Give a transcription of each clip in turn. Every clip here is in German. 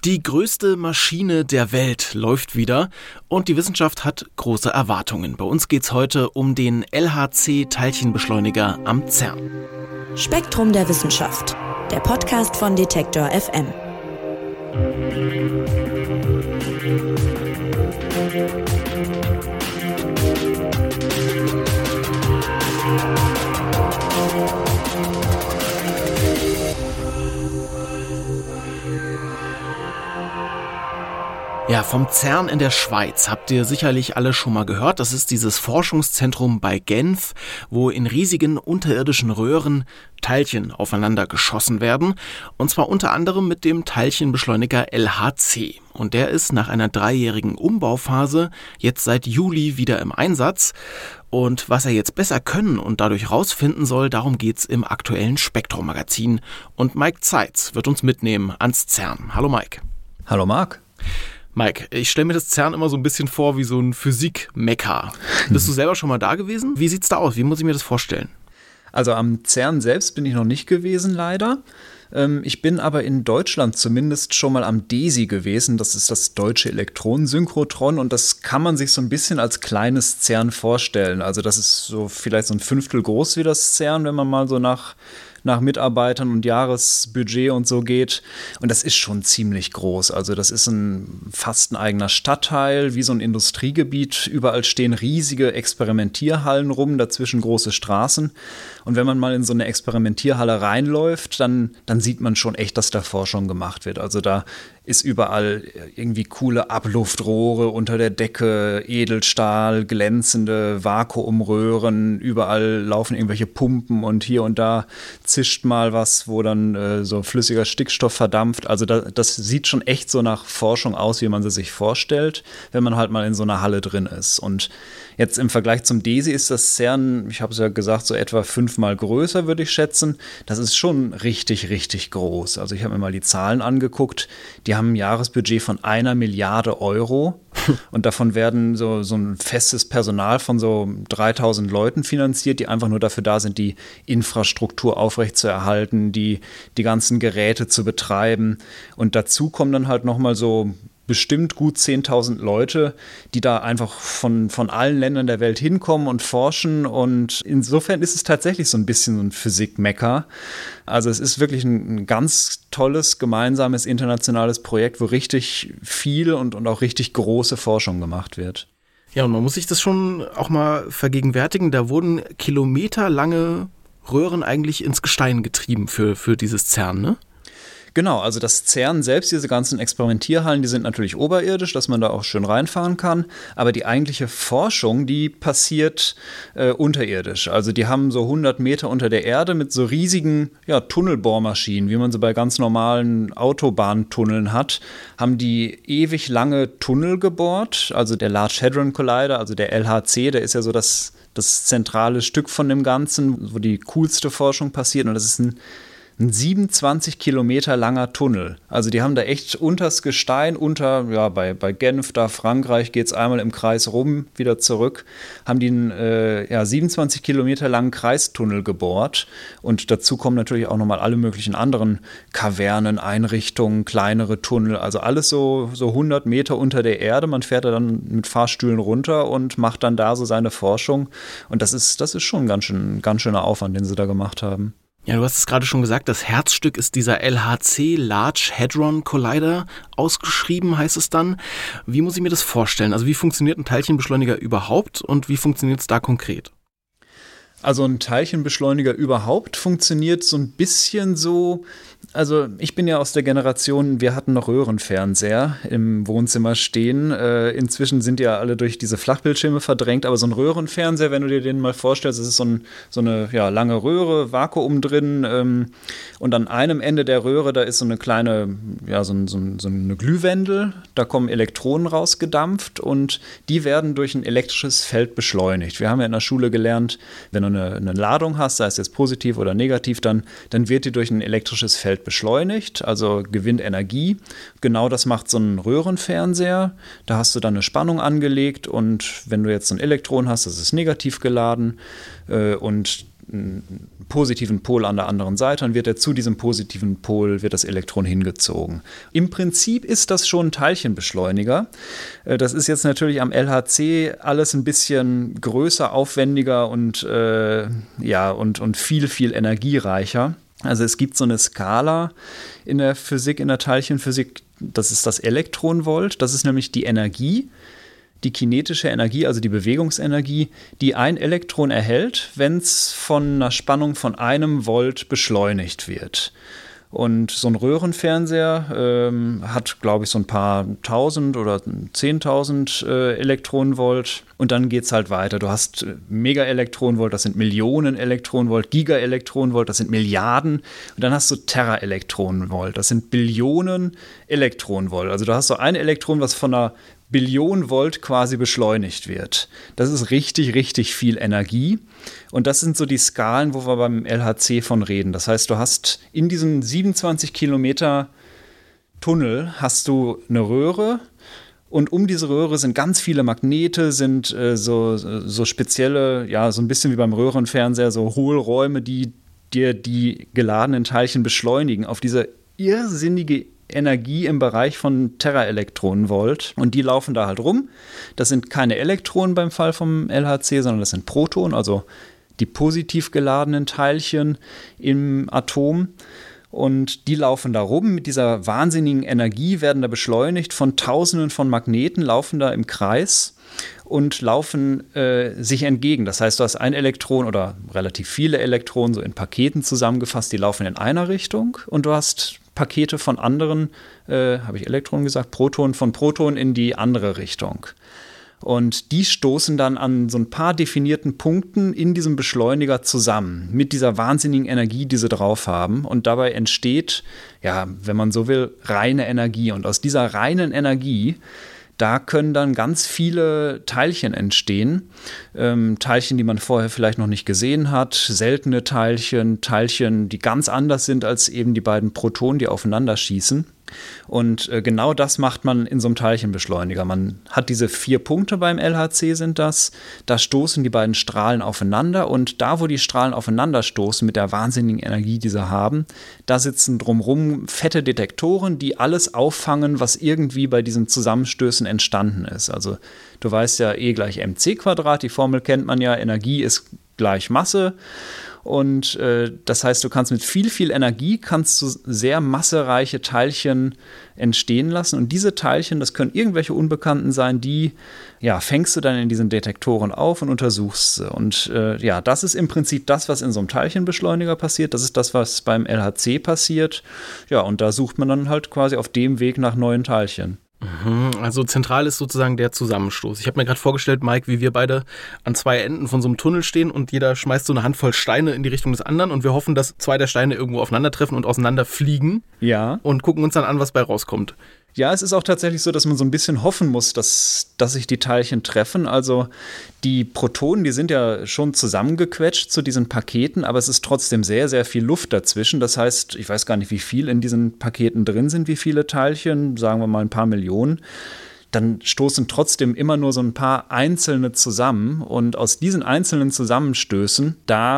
Die größte Maschine der Welt läuft wieder und die Wissenschaft hat große Erwartungen. Bei uns geht's heute um den LHC-Teilchenbeschleuniger am CERN. Spektrum der Wissenschaft, der Podcast von Detektor FM. Ja, vom CERN in der Schweiz habt ihr sicherlich alle schon mal gehört. Das ist dieses Forschungszentrum bei Genf, wo in riesigen unterirdischen Röhren Teilchen aufeinander geschossen werden. Und zwar unter anderem mit dem Teilchenbeschleuniger LHC. Und der ist nach einer 3-jährigen Umbauphase jetzt seit Juli wieder im Einsatz. Und was er jetzt besser können und dadurch rausfinden soll, darum geht's im aktuellen Spektrum-Magazin. Und Mike Zeitz wird uns mitnehmen ans CERN. Hallo Mike. Hallo Marc. Mike, ich stelle mir das CERN immer so ein bisschen vor wie so ein Physik-Mekka. Bist du selber schon mal da gewesen? Wie sieht's da aus? Wie muss ich mir das vorstellen? Also am CERN selbst bin ich noch nicht gewesen, leider. Ich bin aber in Deutschland zumindest schon mal am DESI gewesen. Das ist das Deutsche Elektronensynchrotron und das kann man sich so ein bisschen als kleines CERN vorstellen. Also das ist so vielleicht so ein Fünftel groß wie das CERN, wenn man mal so nach Mitarbeitern und Jahresbudget und so geht. Und das ist schon ziemlich groß. Also das ist fast ein eigener Stadtteil, wie so ein Industriegebiet. Überall stehen riesige Experimentierhallen rum, dazwischen große Straßen. Und wenn man mal in so eine Experimentierhalle reinläuft, dann sieht man schon echt, dass da Forschung gemacht wird. Also da ist überall irgendwie coole Abluftrohre unter der Decke, Edelstahl, glänzende Vakuumröhren, überall laufen irgendwelche Pumpen und hier und da zischt mal was, wo dann so flüssiger Stickstoff verdampft. Also das sieht schon echt so nach Forschung aus, wie man sie sich vorstellt, wenn man halt mal in so einer Halle drin ist. Und jetzt im Vergleich zum DESI ist das CERN, ich habe es ja gesagt, so etwa 5-mal größer, würde ich schätzen. Das ist schon richtig, richtig groß. Also ich habe mir mal die Zahlen angeguckt. Die haben ein Jahresbudget von 1 Milliarde Euro und davon werden so ein festes Personal von so 3000 Leuten finanziert, die einfach nur dafür da sind, die Infrastruktur aufrechtzuerhalten, die ganzen Geräte zu betreiben. Und dazu kommen dann halt nochmal so bestimmt gut 10.000 Leute, die da einfach von allen Ländern der Welt hinkommen und forschen. Und insofern ist es tatsächlich so ein bisschen so ein Physik-Mekka. Also es ist wirklich ein ganz tolles, gemeinsames internationales Projekt, wo richtig viel und auch richtig große Forschung gemacht wird. Ja, und man muss sich das schon auch mal vergegenwärtigen. Da wurden kilometerlange Röhren eigentlich ins Gestein getrieben für dieses CERN, ne? Genau, also das CERN selbst, diese ganzen Experimentierhallen, die sind natürlich oberirdisch, dass man da auch schön reinfahren kann, aber die eigentliche Forschung, die passiert unterirdisch. Also die haben so 100 Meter unter der Erde mit so riesigen Tunnelbohrmaschinen, wie man sie bei ganz normalen Autobahntunneln hat, haben die ewig lange Tunnel gebohrt. Also der Large Hadron Collider, also der LHC, der ist ja so das zentrale Stück von dem Ganzen, wo die coolste Forschung passiert, und das ist ein 27 Kilometer langer Tunnel. Also die haben da echt unters Gestein, bei Genf, da Frankreich, geht es einmal im Kreis rum, wieder zurück, haben die einen 27 Kilometer langen Kreistunnel gebohrt. Und dazu kommen natürlich auch nochmal alle möglichen anderen Kavernen, Einrichtungen, kleinere Tunnel, also alles so 100 Meter unter der Erde. Man fährt da dann mit Fahrstühlen runter und macht dann da so seine Forschung. Und das ist schon ein ganz schöner Aufwand, den sie da gemacht haben. Ja, du hast es gerade schon gesagt, das Herzstück ist dieser LHC, Large Hadron Collider, ausgeschrieben heißt es dann. Wie muss ich mir das vorstellen? Also wie funktioniert ein Teilchenbeschleuniger überhaupt und wie funktioniert es da konkret? Also ein Teilchenbeschleuniger überhaupt funktioniert so ein bisschen so, also ich bin ja aus der Generation, wir hatten noch Röhrenfernseher im Wohnzimmer stehen. Inzwischen sind ja alle durch diese Flachbildschirme verdrängt, aber so ein Röhrenfernseher, wenn du dir den mal vorstellst, das ist so eine lange Röhre, Vakuum drin, und an einem Ende der Röhre, da ist so eine kleine, so eine Glühwendel, da kommen Elektronen rausgedampft und die werden durch ein elektrisches Feld beschleunigt. Wir haben ja in der Schule gelernt, wenn du eine Ladung hast, sei es jetzt positiv oder negativ, dann wird die durch ein elektrisches Feld beschleunigt, also gewinnt Energie. Genau das macht so ein Röhrenfernseher. Da hast du dann eine Spannung angelegt und wenn du jetzt so ein Elektron hast, das ist negativ geladen und einen positiven Pol an der anderen Seite, dann wird zu diesem positiven Pol wird das Elektron hingezogen. Im Prinzip ist das schon ein Teilchenbeschleuniger. Das ist jetzt natürlich am LHC alles ein bisschen größer, aufwendiger und viel, viel energiereicher. Also es gibt so eine Skala in der Physik, in der Teilchenphysik, das ist das Elektronenvolt, das ist nämlich die Energie, die kinetische Energie, also die Bewegungsenergie, die ein Elektron erhält, wenn es von einer Spannung von 1 Volt beschleunigt wird. Und so ein Röhrenfernseher hat, glaube ich, so ein paar 1000 oder 10.000 Elektronenvolt. Und dann geht es halt weiter. Du hast Megaelektronenvolt, das sind Millionen Elektronenvolt, Gigaelektronenvolt, das sind Milliarden. Und dann hast du Teraelektronenvolt, das sind Billionen Elektronenvolt. Also du hast so ein Elektron, was von einer Billion Volt quasi beschleunigt wird. Das ist richtig, richtig viel Energie. Und das sind so die Skalen, wo wir beim LHC von reden. Das heißt, du hast in diesem 27 Kilometer Tunnel hast du eine Röhre. Und um diese Röhre sind ganz viele Magnete, sind so spezielle, ja, so ein bisschen wie beim Röhrenfernseher, so Hohlräume, die dir die geladenen Teilchen beschleunigen auf diese irrsinnige Energie im Bereich von Teraelektronenvolt. Und die laufen da halt rum. Das sind keine Elektronen beim Fall vom LHC, sondern das sind Protonen, also die positiv geladenen Teilchen im Atom. Und die laufen da rum mit dieser wahnsinnigen Energie, werden da beschleunigt von Tausenden von Magneten, laufen da im Kreis und laufen sich entgegen. Das heißt, du hast ein Elektron oder relativ viele Elektronen so in Paketen zusammengefasst, die laufen in einer Richtung und du hast Pakete von anderen, habe ich Elektronen gesagt, Protonen von Protonen in die andere Richtung. Und die stoßen dann an so ein paar definierten Punkten in diesem Beschleuniger zusammen, mit dieser wahnsinnigen Energie, die sie drauf haben. Und dabei entsteht, ja, wenn man so will, reine Energie. Und aus dieser reinen Energie, da können dann ganz viele Teilchen entstehen. Teilchen, die man vorher vielleicht noch nicht gesehen hat, seltene Teilchen, Teilchen, die ganz anders sind als eben die beiden Protonen, die aufeinander schießen. Und genau das macht man in so einem Teilchenbeschleuniger. Man hat diese 4 Punkte beim LHC sind das. Da stoßen die beiden Strahlen aufeinander und da, wo die Strahlen aufeinander stoßen mit der wahnsinnigen Energie, die sie haben, da sitzen drumherum fette Detektoren, die alles auffangen, was irgendwie bei diesen Zusammenstößen entstanden ist. Also du weißt ja, E = mc², die Formel kennt man ja, Energie ist gleich Masse. Und das heißt, du kannst mit viel, viel Energie kannst du sehr massereiche Teilchen entstehen lassen. Und diese Teilchen, das können irgendwelche Unbekannten sein, die fängst du dann in diesen Detektoren auf und untersuchst sie. Und das ist im Prinzip das, was in so einem Teilchenbeschleuniger passiert. Das ist das, was beim LHC passiert. Ja, und da sucht man dann halt quasi auf dem Weg nach neuen Teilchen. Also zentral ist sozusagen der Zusammenstoß. Ich habe mir gerade vorgestellt, Mike, wie wir beide an 2 Enden von so einem Tunnel stehen und jeder schmeißt so eine Handvoll Steine in die Richtung des anderen und wir hoffen, dass 2 der Steine irgendwo aufeinandertreffen und auseinanderfliegen. Ja. Und gucken uns dann an, was bei rauskommt. Ja, es ist auch tatsächlich so, dass man so ein bisschen hoffen muss, dass sich die Teilchen treffen. Also die Protonen, die sind ja schon zusammengequetscht zu diesen Paketen, aber es ist trotzdem sehr, sehr viel Luft dazwischen. Das heißt, ich weiß gar nicht, wie viel in diesen Paketen drin sind, wie viele Teilchen, sagen wir mal ein paar Millionen. Dann stoßen trotzdem immer nur so ein paar einzelne zusammen und aus diesen einzelnen Zusammenstößen,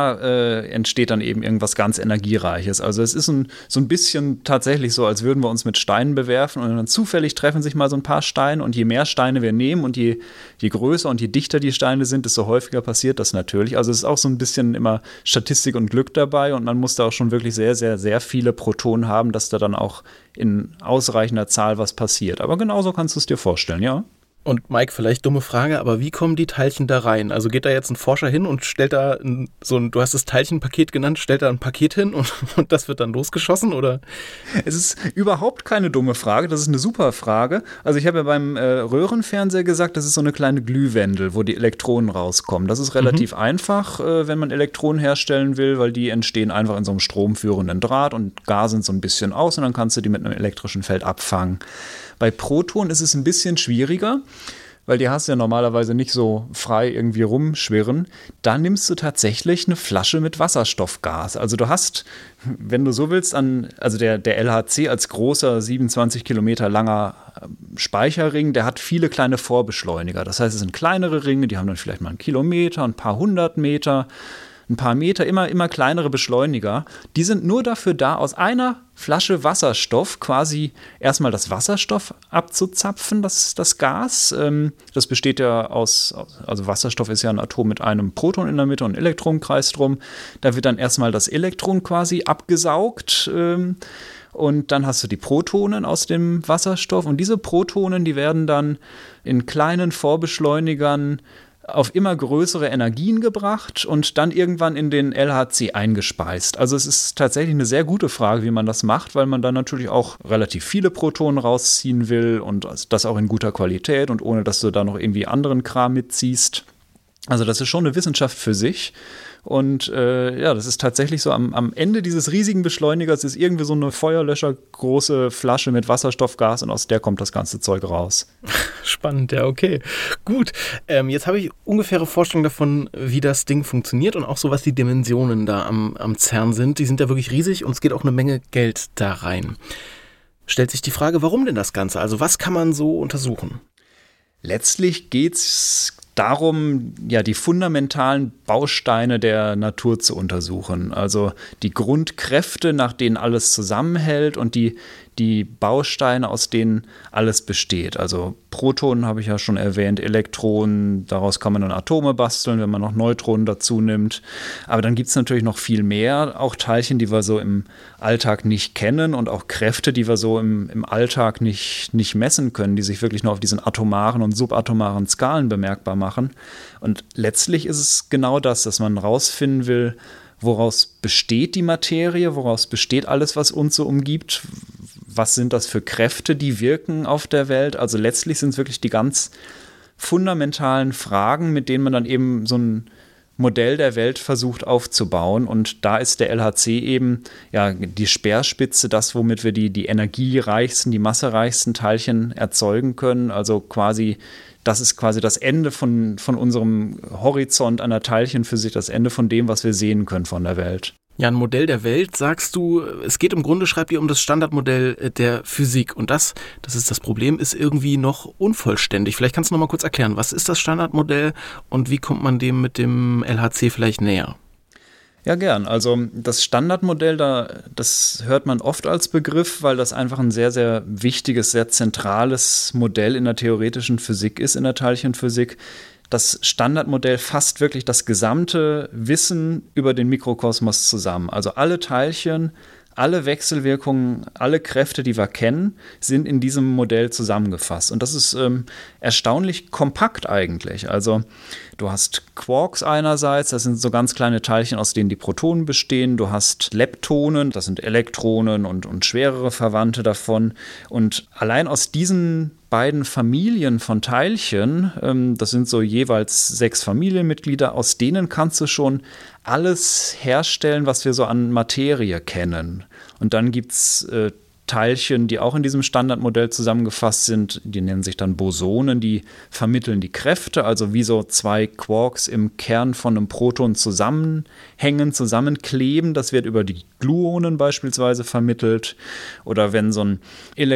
da entsteht dann eben irgendwas ganz Energiereiches. Also es ist so ein bisschen tatsächlich so, als würden wir uns mit Steinen bewerfen und dann zufällig treffen sich mal so ein paar Steine und je mehr Steine wir nehmen und je größer und je dichter die Steine sind, desto häufiger passiert das natürlich. Also es ist auch so ein bisschen immer Statistik und Glück dabei und man muss da auch schon wirklich sehr, sehr, sehr viele Protonen haben, dass da dann auch in ausreichender Zahl was passiert. Aber genauso kannst du es dir vorstellen, ja? Und Mike, vielleicht dumme Frage, aber wie kommen die Teilchen da rein? Also geht da jetzt ein Forscher hin und stellt da du hast das Teilchenpaket genannt, stellt da ein Paket hin und das wird dann losgeschossen, oder? Es ist überhaupt keine dumme Frage, das ist eine super Frage. Also ich habe ja beim Röhrenfernseher gesagt, das ist so eine kleine Glühwendel, wo die Elektronen rauskommen. Das ist relativ einfach, wenn man Elektronen herstellen will, weil die entstehen einfach in so einem stromführenden Draht und gasen so ein bisschen aus und dann kannst du die mit einem elektrischen Feld abfangen. Bei Protonen ist es ein bisschen schwieriger, weil die hast du ja normalerweise nicht so frei irgendwie rumschwirren. Da nimmst du tatsächlich eine Flasche mit Wasserstoffgas. Also du hast, wenn du so willst, also der LHC als großer 27 Kilometer langer Speicherring, der hat viele kleine Vorbeschleuniger. Das heißt, es sind kleinere Ringe, die haben dann vielleicht mal 1 Kilometer, ein paar 100 Meter. ein paar Meter, immer kleinere Beschleuniger. Die sind nur dafür da, aus einer Flasche Wasserstoff quasi erstmal das Wasserstoff abzuzapfen, das Gas. Das besteht ja also Wasserstoff ist ja ein Atom mit einem Proton in der Mitte und einem Elektronenkreis drum. Da wird dann erstmal das Elektron quasi abgesaugt. Und dann hast du die Protonen aus dem Wasserstoff. Und diese Protonen, die werden dann in kleinen Vorbeschleunigern auf immer größere Energien gebracht und dann irgendwann in den LHC eingespeist. Also es ist tatsächlich eine sehr gute Frage, wie man das macht, weil man dann natürlich auch relativ viele Protonen rausziehen will und das auch in guter Qualität und ohne, dass du da noch irgendwie anderen Kram mitziehst. Also das ist schon eine Wissenschaft für sich. Und das ist tatsächlich so, am Ende dieses riesigen Beschleunigers ist irgendwie so eine feuerlöschergroße Flasche mit Wasserstoffgas und aus der kommt das ganze Zeug raus. Spannend, ja, okay. Gut, jetzt habe ich ungefähre Vorstellung davon, wie das Ding funktioniert und auch so, was die Dimensionen da am CERN sind. Die sind ja wirklich riesig und es geht auch eine Menge Geld da rein. Stellt sich die Frage, warum denn das Ganze? Also was kann man so untersuchen? Letztlich geht's darum, ja, die fundamentalen Bausteine der Natur zu untersuchen. Also die Grundkräfte, nach denen alles zusammenhält und die Bausteine, aus denen alles besteht. Also Protonen habe ich ja schon erwähnt, Elektronen, daraus kann man dann Atome basteln, wenn man noch Neutronen dazu nimmt. Aber dann gibt es natürlich noch viel mehr, auch Teilchen, die wir so im Alltag nicht kennen und auch Kräfte, die wir so im Alltag nicht messen können, die sich wirklich nur auf diesen atomaren und subatomaren Skalen bemerkbar machen. Und letztlich ist es genau das, dass man rausfinden will, woraus besteht die Materie, woraus besteht alles, was uns so umgibt, was sind das für Kräfte, die wirken auf der Welt. Also letztlich sind es wirklich die ganz fundamentalen Fragen, mit denen man dann eben so ein Modell der Welt versucht aufzubauen. Und da ist der LHC eben ja die Speerspitze, das, womit wir die energiereichsten, die massereichsten Teilchen erzeugen können. Also das ist quasi das Ende von unserem Horizont einer Teilchenphysik, das Ende von dem, was wir sehen können von der Welt. Ja, ein Modell der Welt, sagst du, es geht im Grunde, schreibt ihr, um das Standardmodell der Physik. Und das ist das Problem, ist irgendwie noch unvollständig. Vielleicht kannst du noch mal kurz erklären, was ist das Standardmodell und wie kommt man dem mit dem LHC vielleicht näher? Ja, gern. Also das Standardmodell, das hört man oft als Begriff, weil das einfach ein sehr, sehr wichtiges, sehr zentrales Modell in der theoretischen Physik ist, in der Teilchenphysik. Das Standardmodell fasst wirklich das gesamte Wissen über den Mikrokosmos zusammen. Also alle Teilchen, alle Wechselwirkungen, alle Kräfte, die wir kennen, sind in diesem Modell zusammengefasst. Und das ist erstaunlich kompakt eigentlich. Also du hast Quarks einerseits, das sind so ganz kleine Teilchen, aus denen die Protonen bestehen. Du hast Leptonen, das sind Elektronen und schwerere Verwandte davon. Und allein aus diesen beiden Familien von Teilchen, das sind so jeweils 6 Familienmitglieder, aus denen kannst du schon alles herstellen, was wir so an Materie kennen. Und dann gibt es Teilchen, die auch in diesem Standardmodell zusammengefasst sind, die nennen sich dann Bosonen, die vermitteln die Kräfte, also wie so 2 Quarks im Kern von einem Proton zusammenhängen, zusammenkleben. Das wird über die Gluonen beispielsweise vermittelt. Oder wenn so ein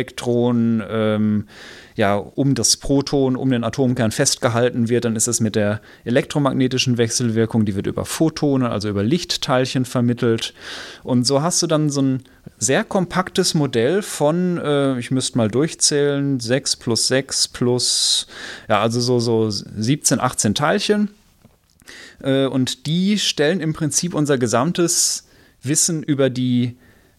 Elektron um das Proton, um den Atomkern festgehalten wird, dann ist es mit der elektromagnetischen Wechselwirkung, die wird über Photonen, also über Lichtteilchen vermittelt. Und so hast du dann so ein sehr kompaktes Modell von, ich müsste mal durchzählen, 6 plus 6 plus, also so 17, 18 Teilchen. Und die stellen im Prinzip unser gesamtes Wissen über die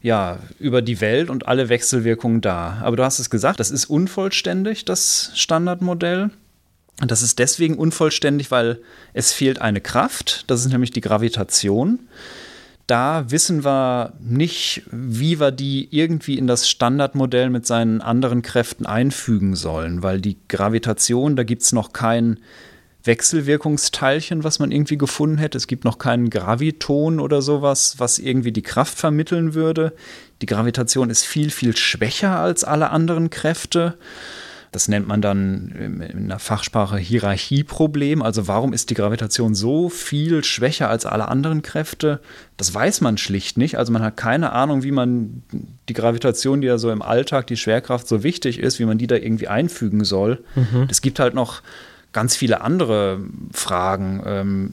Welt und alle Wechselwirkungen dar. Aber du hast es gesagt, das ist unvollständig, das Standardmodell. Und das ist deswegen unvollständig, weil es fehlt eine Kraft, das ist nämlich die Gravitation. Da wissen wir nicht, wie wir die irgendwie in das Standardmodell mit seinen anderen Kräften einfügen sollen, weil die Gravitation, da gibt es noch kein Wechselwirkungsteilchen, was man irgendwie gefunden hätte. Es gibt noch keinen Graviton oder sowas, was irgendwie die Kraft vermitteln würde. Die Gravitation ist viel, viel schwächer als alle anderen Kräfte. Das nennt man dann in der Fachsprache Hierarchieproblem. Also warum ist die Gravitation so viel schwächer als alle anderen Kräfte? Das weiß man schlicht nicht. Also man hat keine Ahnung, wie man die Gravitation, die ja so im Alltag, die Schwerkraft so wichtig ist, wie man die da irgendwie einfügen soll. Es gibt halt noch ganz viele andere Fragen.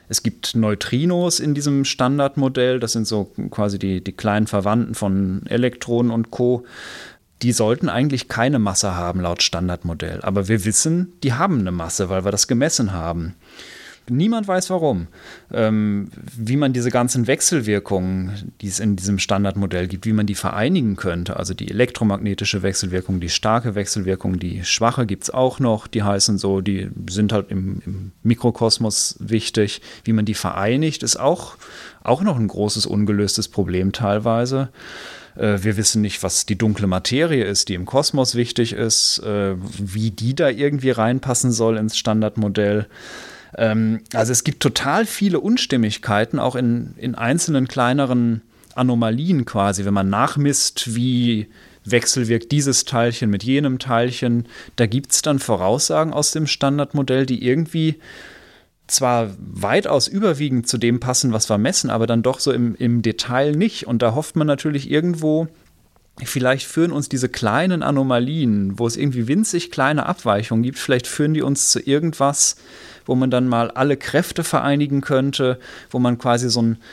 Es gibt Neutrinos in diesem Standardmodell, das sind so quasi die kleinen Verwandten von Elektronen und Co. Die sollten eigentlich keine Masse haben laut Standardmodell. Aber wir wissen, die haben eine Masse, weil wir das gemessen haben. Niemand weiß warum. Wie man diese ganzen Wechselwirkungen, die es in diesem Standardmodell gibt, wie man die vereinigen könnte. Also die elektromagnetische Wechselwirkung, die starke Wechselwirkung, die schwache gibt es auch noch. Die heißen so, die sind halt im Mikrokosmos wichtig. Wie man die vereinigt, ist auch noch ein großes ungelöstes Problem teilweise. Wir wissen nicht, was die dunkle Materie ist, die im Kosmos wichtig ist, wie die da irgendwie reinpassen soll ins Standardmodell. Also es gibt total viele Unstimmigkeiten, auch in einzelnen kleineren Anomalien quasi, wenn man nachmisst, wie wechselwirkt dieses Teilchen mit jenem Teilchen. Da gibt es dann Voraussagen aus dem Standardmodell, die irgendwie zwar weitaus überwiegend zu dem passen, was wir messen, aber dann doch so im Detail nicht. Und da hofft man natürlich irgendwo, vielleicht führen uns diese kleinen Anomalien, wo es irgendwie winzig kleine Abweichungen gibt, vielleicht führen die uns zu irgendwas, wo man dann mal alle Kräfte vereinigen könnte, wo man quasi so ein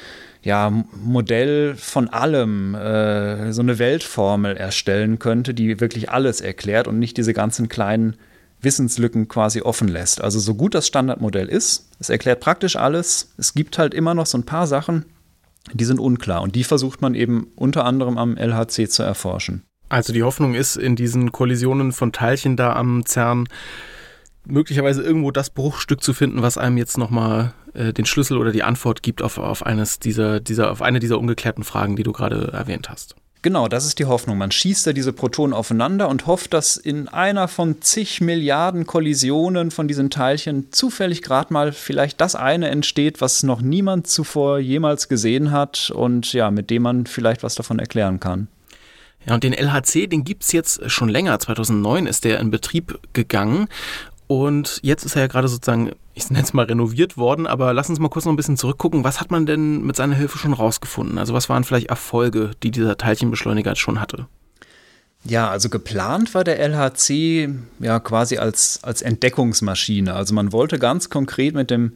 Modell von allem, so eine Weltformel erstellen könnte, die wirklich alles erklärt und nicht diese ganzen kleinen Wissenslücken quasi offen lässt. Also so gut das Standardmodell ist, es erklärt praktisch alles, es gibt halt immer noch so ein paar Sachen, die sind unklar und die versucht man eben unter anderem am LHC zu erforschen. Also die Hoffnung ist, in diesen Kollisionen von Teilchen da am CERN möglicherweise irgendwo das Bruchstück zu finden, was einem jetzt nochmal den Schlüssel oder die Antwort gibt auf eine dieser ungeklärten Fragen, die du gerade erwähnt hast. Genau, das ist die Hoffnung. Man schießt da diese Protonen aufeinander und hofft, dass in einer von zig Milliarden Kollisionen von diesen Teilchen zufällig gerade mal vielleicht das eine entsteht, was noch niemand zuvor jemals gesehen hat und ja, mit dem man vielleicht was davon erklären kann. Ja, und den LHC, den gibt es jetzt schon länger. 2009 ist der in Betrieb gegangen. Und jetzt ist er ja gerade sozusagen, ich nenne es mal renoviert worden, aber lass uns mal kurz noch ein bisschen zurückgucken. Was hat man denn mit seiner Hilfe schon rausgefunden? Also was waren vielleicht Erfolge, die dieser Teilchenbeschleuniger schon hatte? Ja, also geplant war der LHC ja quasi als Entdeckungsmaschine. Also man wollte ganz konkret mit dem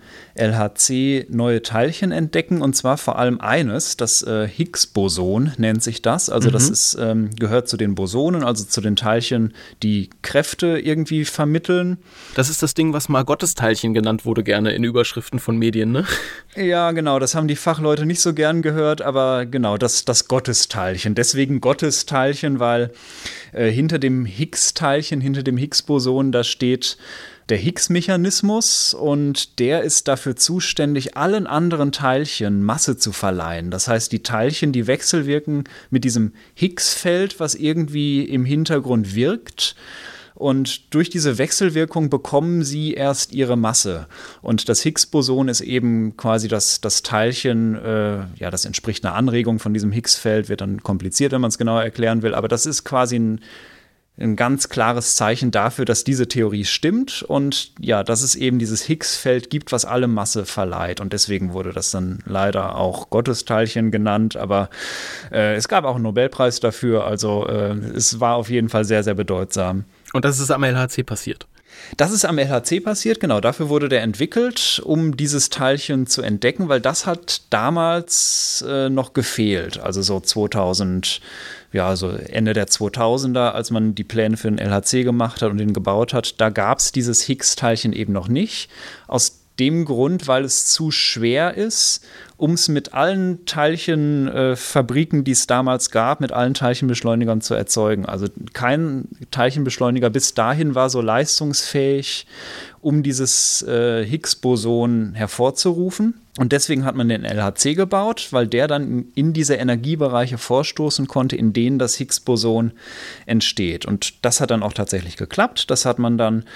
LHC neue Teilchen entdecken und zwar vor allem eines, das Higgs-Boson nennt sich das. Also das ist, gehört zu den Bosonen, also zu den Teilchen, die Kräfte irgendwie vermitteln. Das ist das Ding, was mal Gottesteilchen genannt wurde, gerne in Überschriften von Medien, ne? Ja, genau, das haben die Fachleute nicht so gern gehört, aber genau, das Gottesteilchen. Deswegen Gottesteilchen, weil hinter dem Higgs-Teilchen, hinter dem Higgs-Boson, da steht der Higgs-Mechanismus und der ist dafür zuständig, allen anderen Teilchen Masse zu verleihen. Das heißt, die Teilchen, die wechselwirken mit diesem Higgs-Feld, was irgendwie im Hintergrund wirkt. Und durch diese Wechselwirkung bekommen sie erst ihre Masse. Und das Higgs-Boson ist eben quasi das Teilchen, das entspricht einer Anregung von diesem Higgs-Feld, wird dann kompliziert, wenn man es genauer erklären will. Aber das ist quasi ein ganz klares Zeichen dafür, dass diese Theorie stimmt und ja, dass es eben dieses Higgs-Feld gibt, was alle Masse verleiht. Und deswegen wurde das dann leider auch Gottesteilchen genannt. Aber es gab auch einen Nobelpreis dafür. Also es war auf jeden Fall sehr, sehr bedeutsam. Und das ist am LHC passiert? Das ist am LHC passiert, genau. Dafür wurde der entwickelt, um dieses Teilchen zu entdecken, weil das hat damals noch gefehlt. Also so 2000, so Ende der 2000er, als man die Pläne für den LHC gemacht hat und den gebaut hat, da gab es dieses Higgs-Teilchen eben noch nicht. Aus dem Grund, weil es zu schwer ist, um es mit allen Teilchenfabriken, die es damals gab, mit allen Teilchenbeschleunigern zu erzeugen. Also kein Teilchenbeschleuniger bis dahin war so leistungsfähig, um dieses Higgs-Boson hervorzurufen. Und deswegen hat man den LHC gebaut, weil der dann in diese Energiebereiche vorstoßen konnte, in denen das Higgs-Boson entsteht. Und das hat dann auch tatsächlich geklappt. Das hat man dann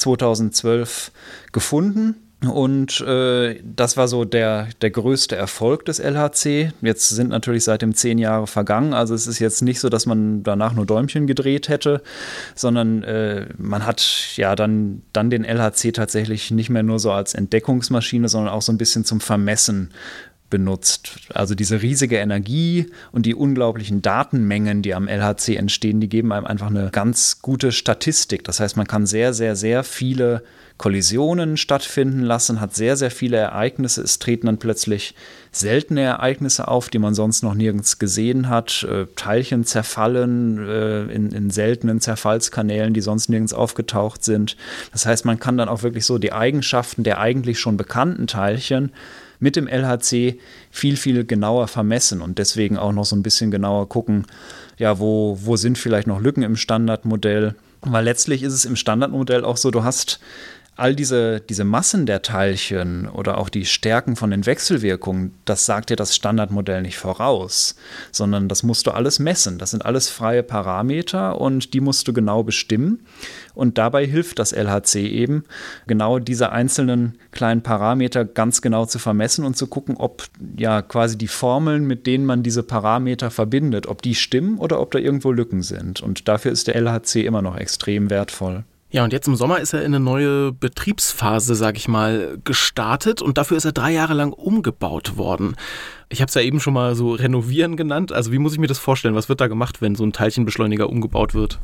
2012 gefunden. Und das war so der größte Erfolg des LHC. Jetzt sind natürlich seitdem 10 Jahre vergangen. Also es ist jetzt nicht so, dass man danach nur Däumchen gedreht hätte, sondern man hat ja dann den LHC tatsächlich nicht mehr nur so als Entdeckungsmaschine, sondern auch so ein bisschen zum Vermessen benutzt. Also diese riesige Energie und die unglaublichen Datenmengen, die am LHC entstehen, die geben einem einfach eine ganz gute Statistik. Das heißt, man kann sehr, sehr, sehr viele Kollisionen stattfinden lassen, hat sehr, sehr viele Ereignisse. Es treten dann plötzlich seltene Ereignisse auf, die man sonst noch nirgends gesehen hat. Teilchen zerfallen in seltenen Zerfallskanälen, die sonst nirgends aufgetaucht sind. Das heißt, man kann dann auch wirklich so die Eigenschaften der eigentlich schon bekannten Teilchen mit dem LHC viel, viel genauer vermessen und deswegen auch noch so ein bisschen genauer gucken, ja, wo sind vielleicht noch Lücken im Standardmodell. Weil letztlich ist es im Standardmodell auch so, du hast all diese Massen der Teilchen oder auch die Stärken von den Wechselwirkungen, das sagt dir das Standardmodell nicht voraus, sondern das musst du alles messen. Das sind alles freie Parameter und die musst du genau bestimmen. Und dabei hilft das LHC eben, genau diese einzelnen kleinen Parameter ganz genau zu vermessen und zu gucken, ob ja quasi die Formeln, mit denen man diese Parameter verbindet, ob die stimmen oder ob da irgendwo Lücken sind. Und dafür ist der LHC immer noch extrem wertvoll. Ja, und jetzt im Sommer ist er in eine neue Betriebsphase, sag ich mal, gestartet und dafür ist er 3 Jahre lang umgebaut worden. Ich habe es ja eben schon mal so renovieren genannt. Also wie muss ich mir das vorstellen? Was wird da gemacht, wenn so ein Teilchenbeschleuniger umgebaut wird?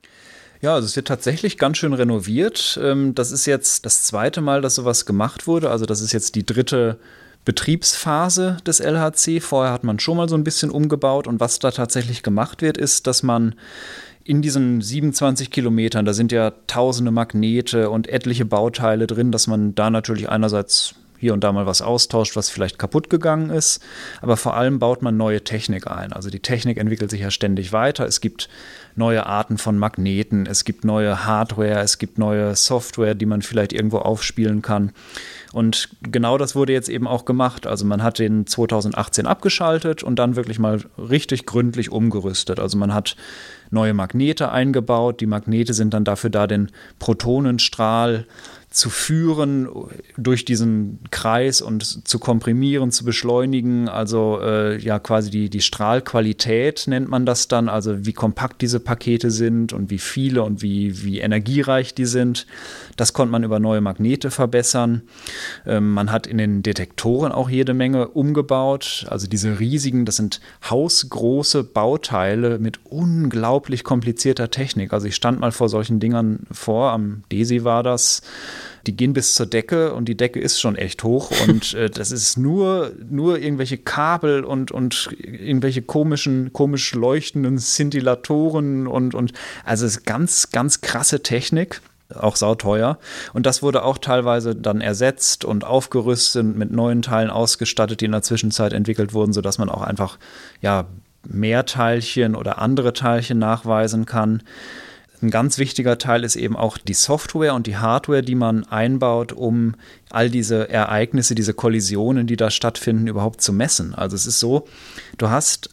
Ja, also es wird tatsächlich ganz schön renoviert. Das ist jetzt das 2. Mal, dass sowas gemacht wurde. Also das ist jetzt die 3. Betriebsphase des LHC. Vorher hat man schon mal so ein bisschen umgebaut und was da tatsächlich gemacht wird, ist, dass man in diesen 27 Kilometern, da sind ja tausende Magnete und etliche Bauteile drin, dass man da natürlich einerseits hier und da mal was austauscht, was vielleicht kaputt gegangen ist, aber vor allem baut man neue Technik ein. Also die Technik entwickelt sich ja ständig weiter. Es gibt neue Arten von Magneten, es gibt neue Hardware, es gibt neue Software, die man vielleicht irgendwo aufspielen kann. Und genau das wurde jetzt eben auch gemacht. Also man hat den 2018 abgeschaltet und dann wirklich mal richtig gründlich umgerüstet. Also man hat neue Magnete eingebaut. Die Magnete sind dann dafür da, den Protonenstrahl zu führen durch diesen Kreis und zu komprimieren, zu beschleunigen. Also ja quasi die Strahlqualität nennt man das dann. Also wie kompakt diese Pakete sind und wie viele und wie energiereich die sind. Das konnte man über neue Magnete verbessern. Man hat in den Detektoren auch jede Menge umgebaut. Also diese riesigen, das sind hausgroße Bauteile mit unglaublich komplizierter Technik. Also ich stand mal vor solchen Dingern vor, am DESI war das. Die gehen bis zur Decke und die Decke ist schon echt hoch und das ist nur irgendwelche Kabel und irgendwelche komisch leuchtenden Szintillatoren und also es ist ganz, ganz krasse Technik. Auch sauteuer. Und das wurde auch teilweise dann ersetzt und aufgerüstet mit neuen Teilen ausgestattet, die in der Zwischenzeit entwickelt wurden, sodass man auch einfach ja, mehr Teilchen oder andere Teilchen nachweisen kann. Ein ganz wichtiger Teil ist eben auch die Software und die Hardware, die man einbaut, um all diese Ereignisse, diese Kollisionen, die da stattfinden, überhaupt zu messen. Also es ist so, du hast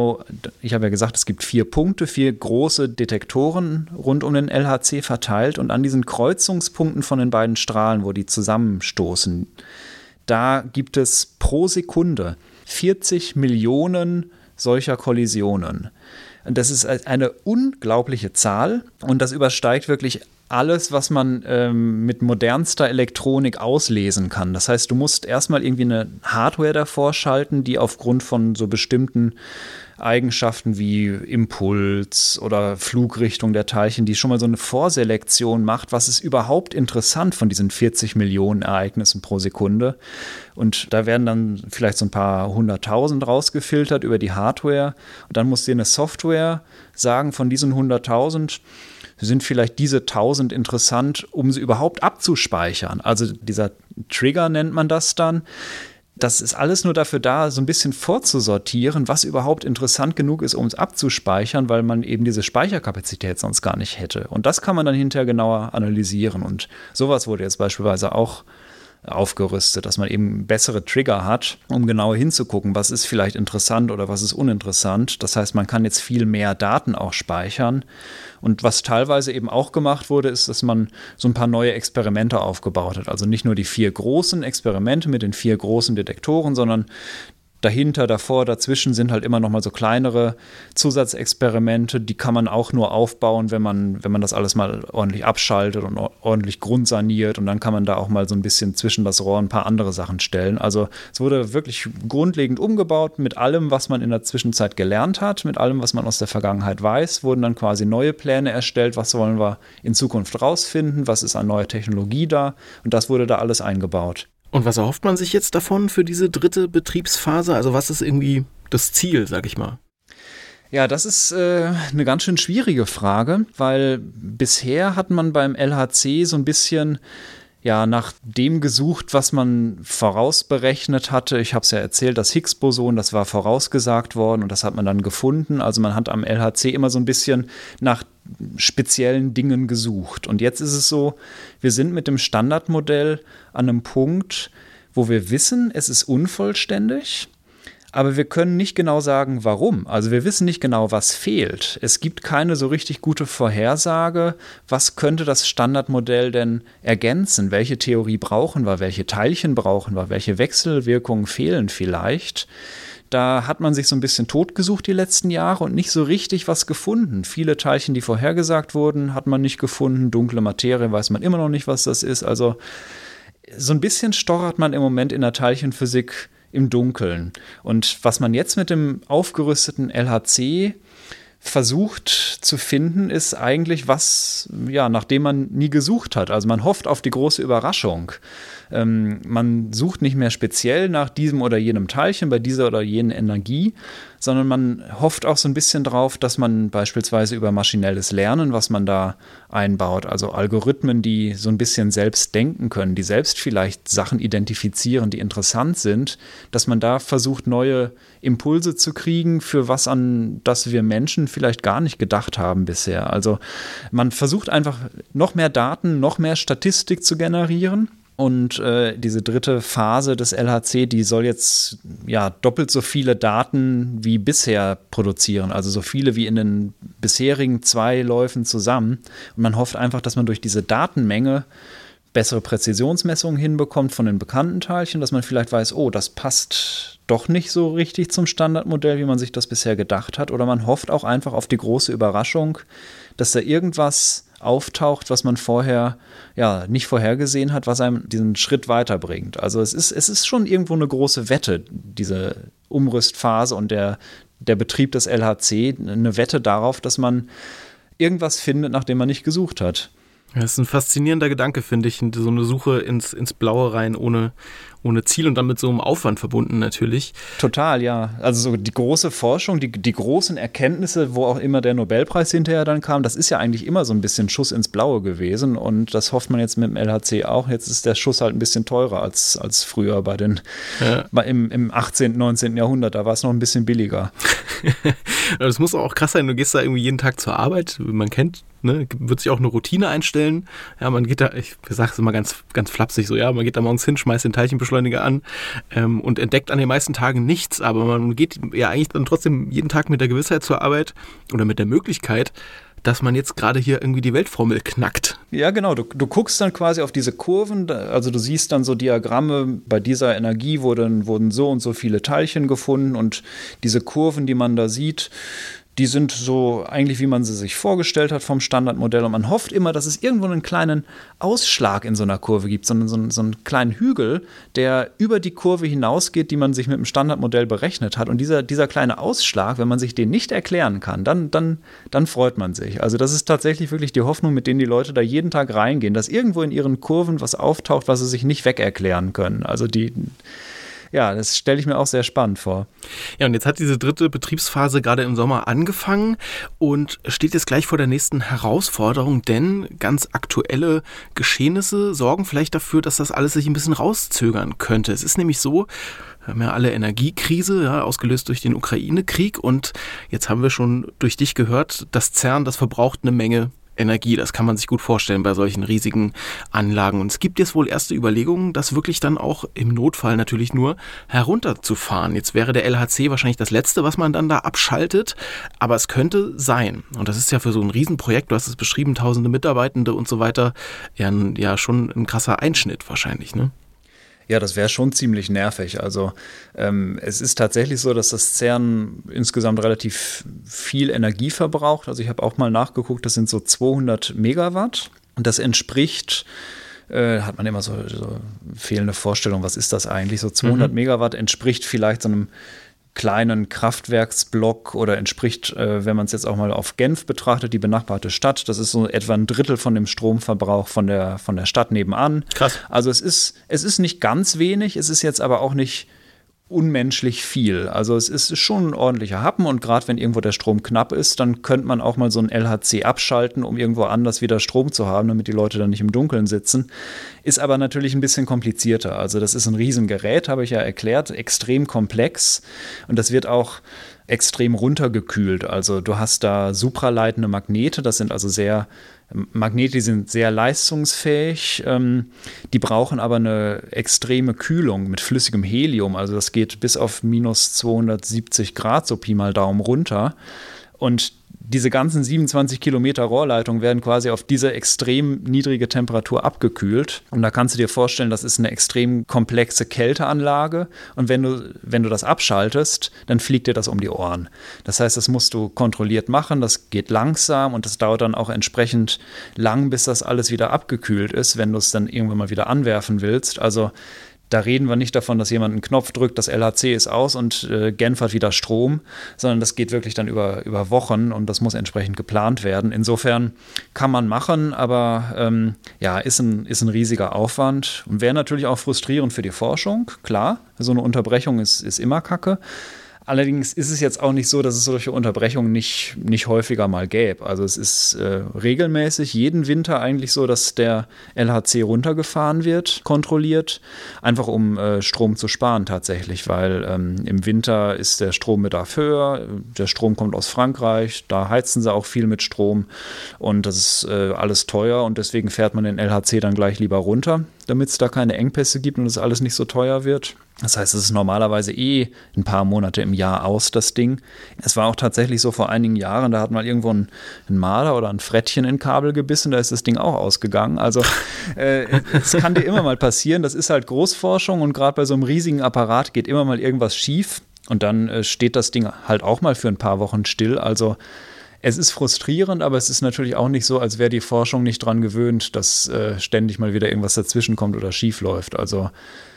ich habe ja gesagt, es gibt 4 Punkte, 4 große Detektoren rund um den LHC verteilt und an diesen Kreuzungspunkten von den beiden Strahlen, wo die zusammenstoßen, da gibt es pro Sekunde 40 Millionen solcher Kollisionen. Das ist eine unglaubliche Zahl und das übersteigt wirklich alles, was man mit modernster Elektronik auslesen kann. Das heißt, du musst erstmal irgendwie eine Hardware davor schalten, die aufgrund von so bestimmten Eigenschaften wie Impuls oder Flugrichtung der Teilchen, die schon mal so eine Vorselektion macht, was ist überhaupt interessant von diesen 40 Millionen Ereignissen pro Sekunde. Und da werden dann vielleicht so ein paar 100.000 rausgefiltert über die Hardware. Und dann muss dir eine Software sagen, von diesen 100.000 sind vielleicht diese 1000 interessant, um sie überhaupt abzuspeichern. Also dieser Trigger nennt man das dann. Das ist alles nur dafür da, so ein bisschen vorzusortieren, was überhaupt interessant genug ist, um es abzuspeichern, weil man eben diese Speicherkapazität sonst gar nicht hätte. Und das kann man dann hinterher genauer analysieren. Und sowas wurde jetzt beispielsweise auch aufgerüstet, dass man eben bessere Trigger hat, um genauer hinzugucken, was ist vielleicht interessant oder was ist uninteressant. Das heißt, man kann jetzt viel mehr Daten auch speichern. Und was teilweise eben auch gemacht wurde, ist, dass man so ein paar neue Experimente aufgebaut hat. Also nicht nur die 4 großen Experimente mit den 4 großen Detektoren, sondern dahinter, davor, dazwischen sind halt immer noch mal so kleinere Zusatzexperimente, die kann man auch nur aufbauen, wenn man das alles mal ordentlich abschaltet und ordentlich grundsaniert, und dann kann man da auch mal so ein bisschen zwischen das Rohr ein paar andere Sachen stellen. Also es wurde wirklich grundlegend umgebaut mit allem, was man in der Zwischenzeit gelernt hat, mit allem, was man aus der Vergangenheit weiß, wurden dann quasi neue Pläne erstellt, was wollen wir in Zukunft rausfinden, was ist an neuer Technologie da, und das wurde da alles eingebaut. Und was erhofft man sich jetzt davon für diese dritte Betriebsphase? Also was ist irgendwie das Ziel, sag ich mal? Ja, das ist eine ganz schön schwierige Frage, weil bisher hat man beim LHC so ein bisschen nach dem gesucht, was man vorausberechnet hatte. Ich habe es ja erzählt, das Higgs-Boson, das war vorausgesagt worden und das hat man dann gefunden. Also man hat am LHC immer so ein bisschen nach speziellen Dingen gesucht. Und jetzt ist es so, wir sind mit dem Standardmodell an einem Punkt, wo wir wissen, es ist unvollständig, aber wir können nicht genau sagen, warum. Also wir wissen nicht genau, was fehlt. Es gibt keine so richtig gute Vorhersage, was könnte das Standardmodell denn ergänzen? Welche Theorie brauchen wir? Welche Teilchen brauchen wir? Welche Wechselwirkungen fehlen vielleicht? Da hat man sich so ein bisschen totgesucht die letzten Jahre und nicht so richtig was gefunden. Viele Teilchen, die vorhergesagt wurden, hat man nicht gefunden. Dunkle Materie weiß man immer noch nicht, was das ist. Also so ein bisschen stochert man im Moment in der Teilchenphysik im Dunkeln. Und was man jetzt mit dem aufgerüsteten LHC versucht zu finden, ist eigentlich was, nach dem man nie gesucht hat. Also man hofft auf die große Überraschung. Man sucht nicht mehr speziell nach diesem oder jenem Teilchen bei dieser oder jenen Energie, sondern man hofft auch so ein bisschen drauf, dass man beispielsweise über maschinelles Lernen, was man da einbaut, also Algorithmen, die so ein bisschen selbst denken können, die selbst vielleicht Sachen identifizieren, die interessant sind, dass man da versucht, neue Impulse zu kriegen, für was an das wir Menschen vielleicht gar nicht gedacht haben bisher. Also man versucht einfach noch mehr Daten, noch mehr Statistik zu generieren. Und diese dritte Phase des LHC, die soll jetzt doppelt so viele Daten wie bisher produzieren, also so viele wie in den bisherigen 2 Läufen zusammen. Und man hofft einfach, dass man durch diese Datenmenge bessere Präzisionsmessungen hinbekommt von den bekannten Teilchen, dass man vielleicht weiß, oh, das passt doch nicht so richtig zum Standardmodell, wie man sich das bisher gedacht hat. Oder man hofft auch einfach auf die große Überraschung, dass da irgendwas auftaucht, was man vorher nicht vorhergesehen hat, was einem diesen Schritt weiterbringt. Also es ist schon irgendwo eine große Wette, diese Umrüstphase und der Betrieb des LHC, eine Wette darauf, dass man irgendwas findet, nach dem man nicht gesucht hat. Ja, das ist ein faszinierender Gedanke, finde ich, so eine Suche ins Blaue rein, ohne Ziel und dann mit so einem Aufwand verbunden natürlich. Total, ja. Also so die große Forschung, die großen Erkenntnisse, wo auch immer der Nobelpreis hinterher dann kam, das ist ja eigentlich immer so ein bisschen Schuss ins Blaue gewesen und das hofft man jetzt mit dem LHC auch. Jetzt ist der Schuss halt ein bisschen teurer als früher im 18., 19. Jahrhundert, da war es noch ein bisschen billiger. Das muss auch krass sein, du gehst da irgendwie jeden Tag zur Arbeit, man kennt, wird sich auch eine Routine einstellen. Ja, man geht da, ich sage es immer ganz, ganz flapsig so, man geht da morgens hin, schmeißt den Teilchenbeschleuniger an und entdeckt an den meisten Tagen nichts, aber man geht ja eigentlich dann trotzdem jeden Tag mit der Gewissheit zur Arbeit oder mit der Möglichkeit, dass man jetzt gerade hier irgendwie die Weltformel knackt. Ja, genau. Du guckst dann quasi auf diese Kurven, also du siehst dann so Diagramme, bei dieser Energie wurden so und so viele Teilchen gefunden und diese Kurven, die man da sieht, die sind so eigentlich, wie man sie sich vorgestellt hat vom Standardmodell. Und man hofft immer, dass es irgendwo einen kleinen Ausschlag in so einer Kurve gibt, so einen kleinen Hügel, der über die Kurve hinausgeht, die man sich mit dem Standardmodell berechnet hat. Und dieser kleine Ausschlag, wenn man sich den nicht erklären kann, dann freut man sich. Also das ist tatsächlich wirklich die Hoffnung, mit denen die Leute da jeden Tag reingehen, dass irgendwo in ihren Kurven was auftaucht, was sie sich nicht wegerklären können. Also das stelle ich mir auch sehr spannend vor. Ja, und jetzt hat diese dritte Betriebsphase gerade im Sommer angefangen und steht jetzt gleich vor der nächsten Herausforderung, denn ganz aktuelle Geschehnisse sorgen vielleicht dafür, dass das alles sich ein bisschen rauszögern könnte. Es ist nämlich so, wir haben ja alle Energiekrise, ausgelöst durch den Ukraine-Krieg und jetzt haben wir schon durch dich gehört, das CERN, das verbraucht eine Menge Energie, das kann man sich gut vorstellen bei solchen riesigen Anlagen. Und es gibt jetzt wohl erste Überlegungen, das wirklich dann auch im Notfall natürlich nur herunterzufahren. Jetzt wäre der LHC wahrscheinlich das Letzte, was man dann da abschaltet, aber es könnte sein. Und das ist ja für so ein Riesenprojekt, du hast es beschrieben, tausende Mitarbeitende und so weiter, ja schon ein krasser Einschnitt wahrscheinlich, ne? Ja, das wäre schon ziemlich nervig. Also es ist tatsächlich so, dass das CERN insgesamt relativ viel Energie verbraucht. Also ich habe auch mal nachgeguckt, das sind so 200 Megawatt. Und das entspricht, hat man immer so fehlende Vorstellung, was ist das eigentlich? So 200 Megawatt entspricht vielleicht so einem kleinen Kraftwerksblock oder entspricht, wenn man es jetzt auch mal auf Genf betrachtet, die benachbarte Stadt, das ist so etwa ein Drittel von dem Stromverbrauch von der Stadt nebenan. Krass. Also es ist nicht ganz wenig, es ist jetzt aber auch nicht unmenschlich viel. Also es ist schon ein ordentlicher Happen und gerade wenn irgendwo der Strom knapp ist, dann könnte man auch mal so ein LHC abschalten, um irgendwo anders wieder Strom zu haben, damit die Leute dann nicht im Dunkeln sitzen. Ist aber natürlich ein bisschen komplizierter. Also das ist ein Riesengerät, habe ich ja erklärt, extrem komplex und das wird auch extrem runtergekühlt. Also du hast da supraleitende Magnete, das sind also Magnete, die sind sehr leistungsfähig, die brauchen aber eine extreme Kühlung mit flüssigem Helium, also das geht bis auf minus 270 Grad, so Pi mal Daumen runter und diese ganzen 27 Kilometer Rohrleitung werden quasi auf diese extrem niedrige Temperatur abgekühlt. Und da kannst du dir vorstellen, das ist eine extrem komplexe Kälteanlage. Und wenn du das abschaltest, dann fliegt dir das um die Ohren. Das heißt, das musst du kontrolliert machen, das geht langsam und das dauert dann auch entsprechend lang, bis das alles wieder abgekühlt ist, wenn du es dann irgendwann mal wieder anwerfen willst. Also da reden wir nicht davon, dass jemand einen Knopf drückt, das LHC ist aus und Genf hat wieder Strom, sondern das geht wirklich dann über Wochen und das muss entsprechend geplant werden. Insofern kann man machen, aber ist ein riesiger Aufwand und wäre natürlich auch frustrierend für die Forschung, klar. So eine Unterbrechung ist immer Kacke. Allerdings ist es jetzt auch nicht so, dass es solche Unterbrechungen nicht häufiger mal gäbe. Also es ist regelmäßig jeden Winter eigentlich so, dass der LHC runtergefahren wird, kontrolliert, einfach um Strom zu sparen tatsächlich, weil im Winter ist der Strombedarf höher, der Strom kommt aus Frankreich, da heizen sie auch viel mit Strom und das ist alles teuer und deswegen fährt man den LHC dann gleich lieber runter, damit es da keine Engpässe gibt und es alles nicht so teuer wird. Das heißt, es ist normalerweise ein paar Monate im Jahr aus, das Ding. Es war auch tatsächlich so vor einigen Jahren, da hat mal irgendwo ein Marder oder ein Frettchen in Kabel gebissen, da ist das Ding auch ausgegangen. Also es kann dir immer mal passieren, das ist halt Großforschung und gerade bei so einem riesigen Apparat geht immer mal irgendwas schief und dann steht das Ding halt auch mal für ein paar Wochen still. Also es ist frustrierend, aber es ist natürlich auch nicht so, als wäre die Forschung nicht dran gewöhnt, dass ständig mal wieder irgendwas dazwischen kommt oder schief läuft. Also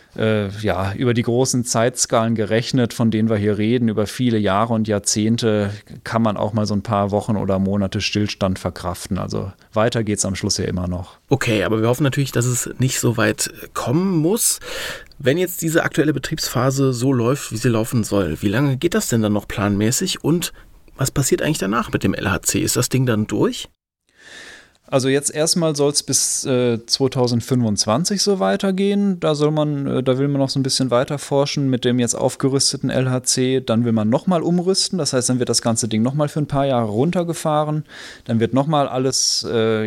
über die großen Zeitskalen gerechnet, von denen wir hier reden, über viele Jahre und Jahrzehnte, kann man auch mal so ein paar Wochen oder Monate Stillstand verkraften. Also weiter geht's am Schluss ja immer noch. Okay, aber wir hoffen natürlich, dass es nicht so weit kommen muss. Wenn jetzt diese aktuelle Betriebsphase so läuft, wie sie laufen soll, wie lange geht das denn dann noch planmäßig und was passiert eigentlich danach mit dem LHC? Ist das Ding dann durch? Also jetzt erstmal soll es bis 2025 so weitergehen. Da will man noch so ein bisschen weiter forschen mit dem jetzt aufgerüsteten LHC. Dann will man nochmal umrüsten. Das heißt, dann wird das ganze Ding nochmal für ein paar Jahre runtergefahren. Dann wird nochmal alles,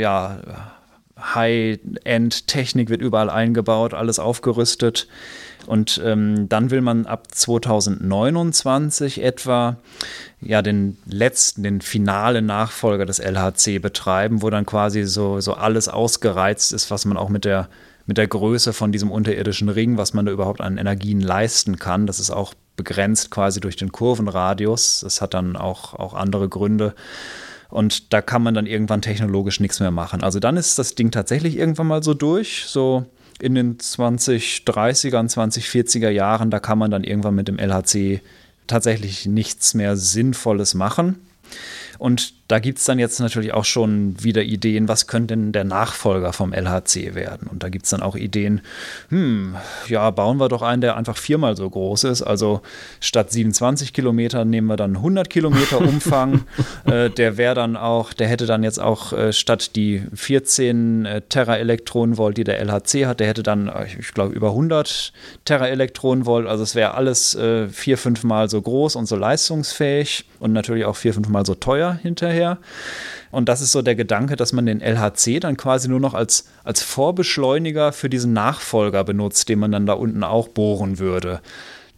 High-End-Technik wird überall eingebaut, alles aufgerüstet. Und dann will man ab 2029 etwa den finalen Nachfolger des LHC betreiben, wo dann quasi so alles ausgereizt ist, was man auch mit der Größe von diesem unterirdischen Ring, was man da überhaupt an Energien leisten kann. Das ist auch begrenzt quasi durch den Kurvenradius. Das hat dann auch andere Gründe. Und da kann man dann irgendwann technologisch nichts mehr machen. Also dann ist das Ding tatsächlich irgendwann mal so durch, so in den 2030ern, 2040er Jahren, da kann man dann irgendwann mit dem LHC tatsächlich nichts mehr Sinnvolles machen. Und da gibt es dann jetzt natürlich auch schon wieder Ideen, was könnte denn der Nachfolger vom LHC werden? Und da gibt es dann auch Ideen, bauen wir doch einen, der einfach 4-mal so groß ist. Also statt 27 Kilometer nehmen wir dann 100 Kilometer Umfang. Der hätte dann jetzt auch statt die 14 Teraelektronenvolt, die der LHC hat, der hätte dann, ich glaube, über 100 Teraelektronenvolt. Also es wäre alles 4-5 Mal so groß und so leistungsfähig und natürlich auch 4-5 Mal so teuer hinterher. Und das ist so der Gedanke, dass man den LHC dann quasi nur noch als Vorbeschleuniger für diesen Nachfolger benutzt, den man dann da unten auch bohren würde.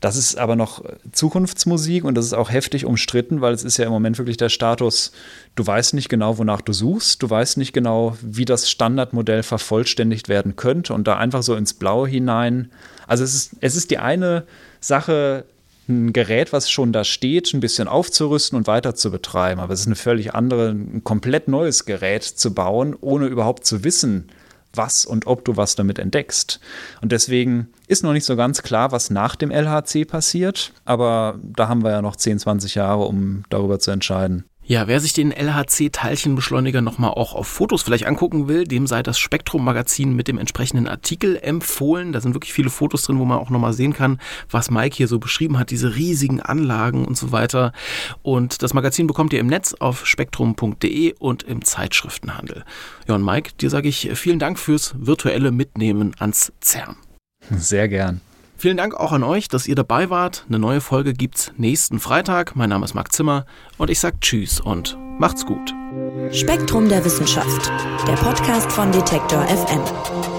Das ist aber noch Zukunftsmusik und das ist auch heftig umstritten, weil es ist ja im Moment wirklich der Status, du weißt nicht genau, wonach du suchst, du weißt nicht genau, wie das Standardmodell vervollständigt werden könnte und da einfach so ins Blaue hinein. Also es ist die eine Sache, ein Gerät, was schon da steht, ein bisschen aufzurüsten und weiter zu betreiben, aber es ist eine völlig andere, ein komplett neues Gerät zu bauen, ohne überhaupt zu wissen, was und ob du was damit entdeckst. Und deswegen ist noch nicht so ganz klar, was nach dem LHC passiert, aber da haben wir ja noch 10, 20 Jahre, um darüber zu entscheiden. Ja, wer sich den LHC-Teilchenbeschleuniger nochmal auch auf Fotos vielleicht angucken will, dem sei das Spektrum-Magazin mit dem entsprechenden Artikel empfohlen. Da sind wirklich viele Fotos drin, wo man auch nochmal sehen kann, was Mike hier so beschrieben hat, diese riesigen Anlagen und so weiter. Und das Magazin bekommt ihr im Netz auf spektrum.de und im Zeitschriftenhandel. Ja, und Mike, dir sage ich vielen Dank fürs virtuelle Mitnehmen ans CERN. Sehr gern. Vielen Dank auch an euch, dass ihr dabei wart. Eine neue Folge gibt's nächsten Freitag. Mein Name ist Marc Zimmer und ich sage Tschüss und macht's gut. Spektrum der Wissenschaft, der Podcast von Detektor FM.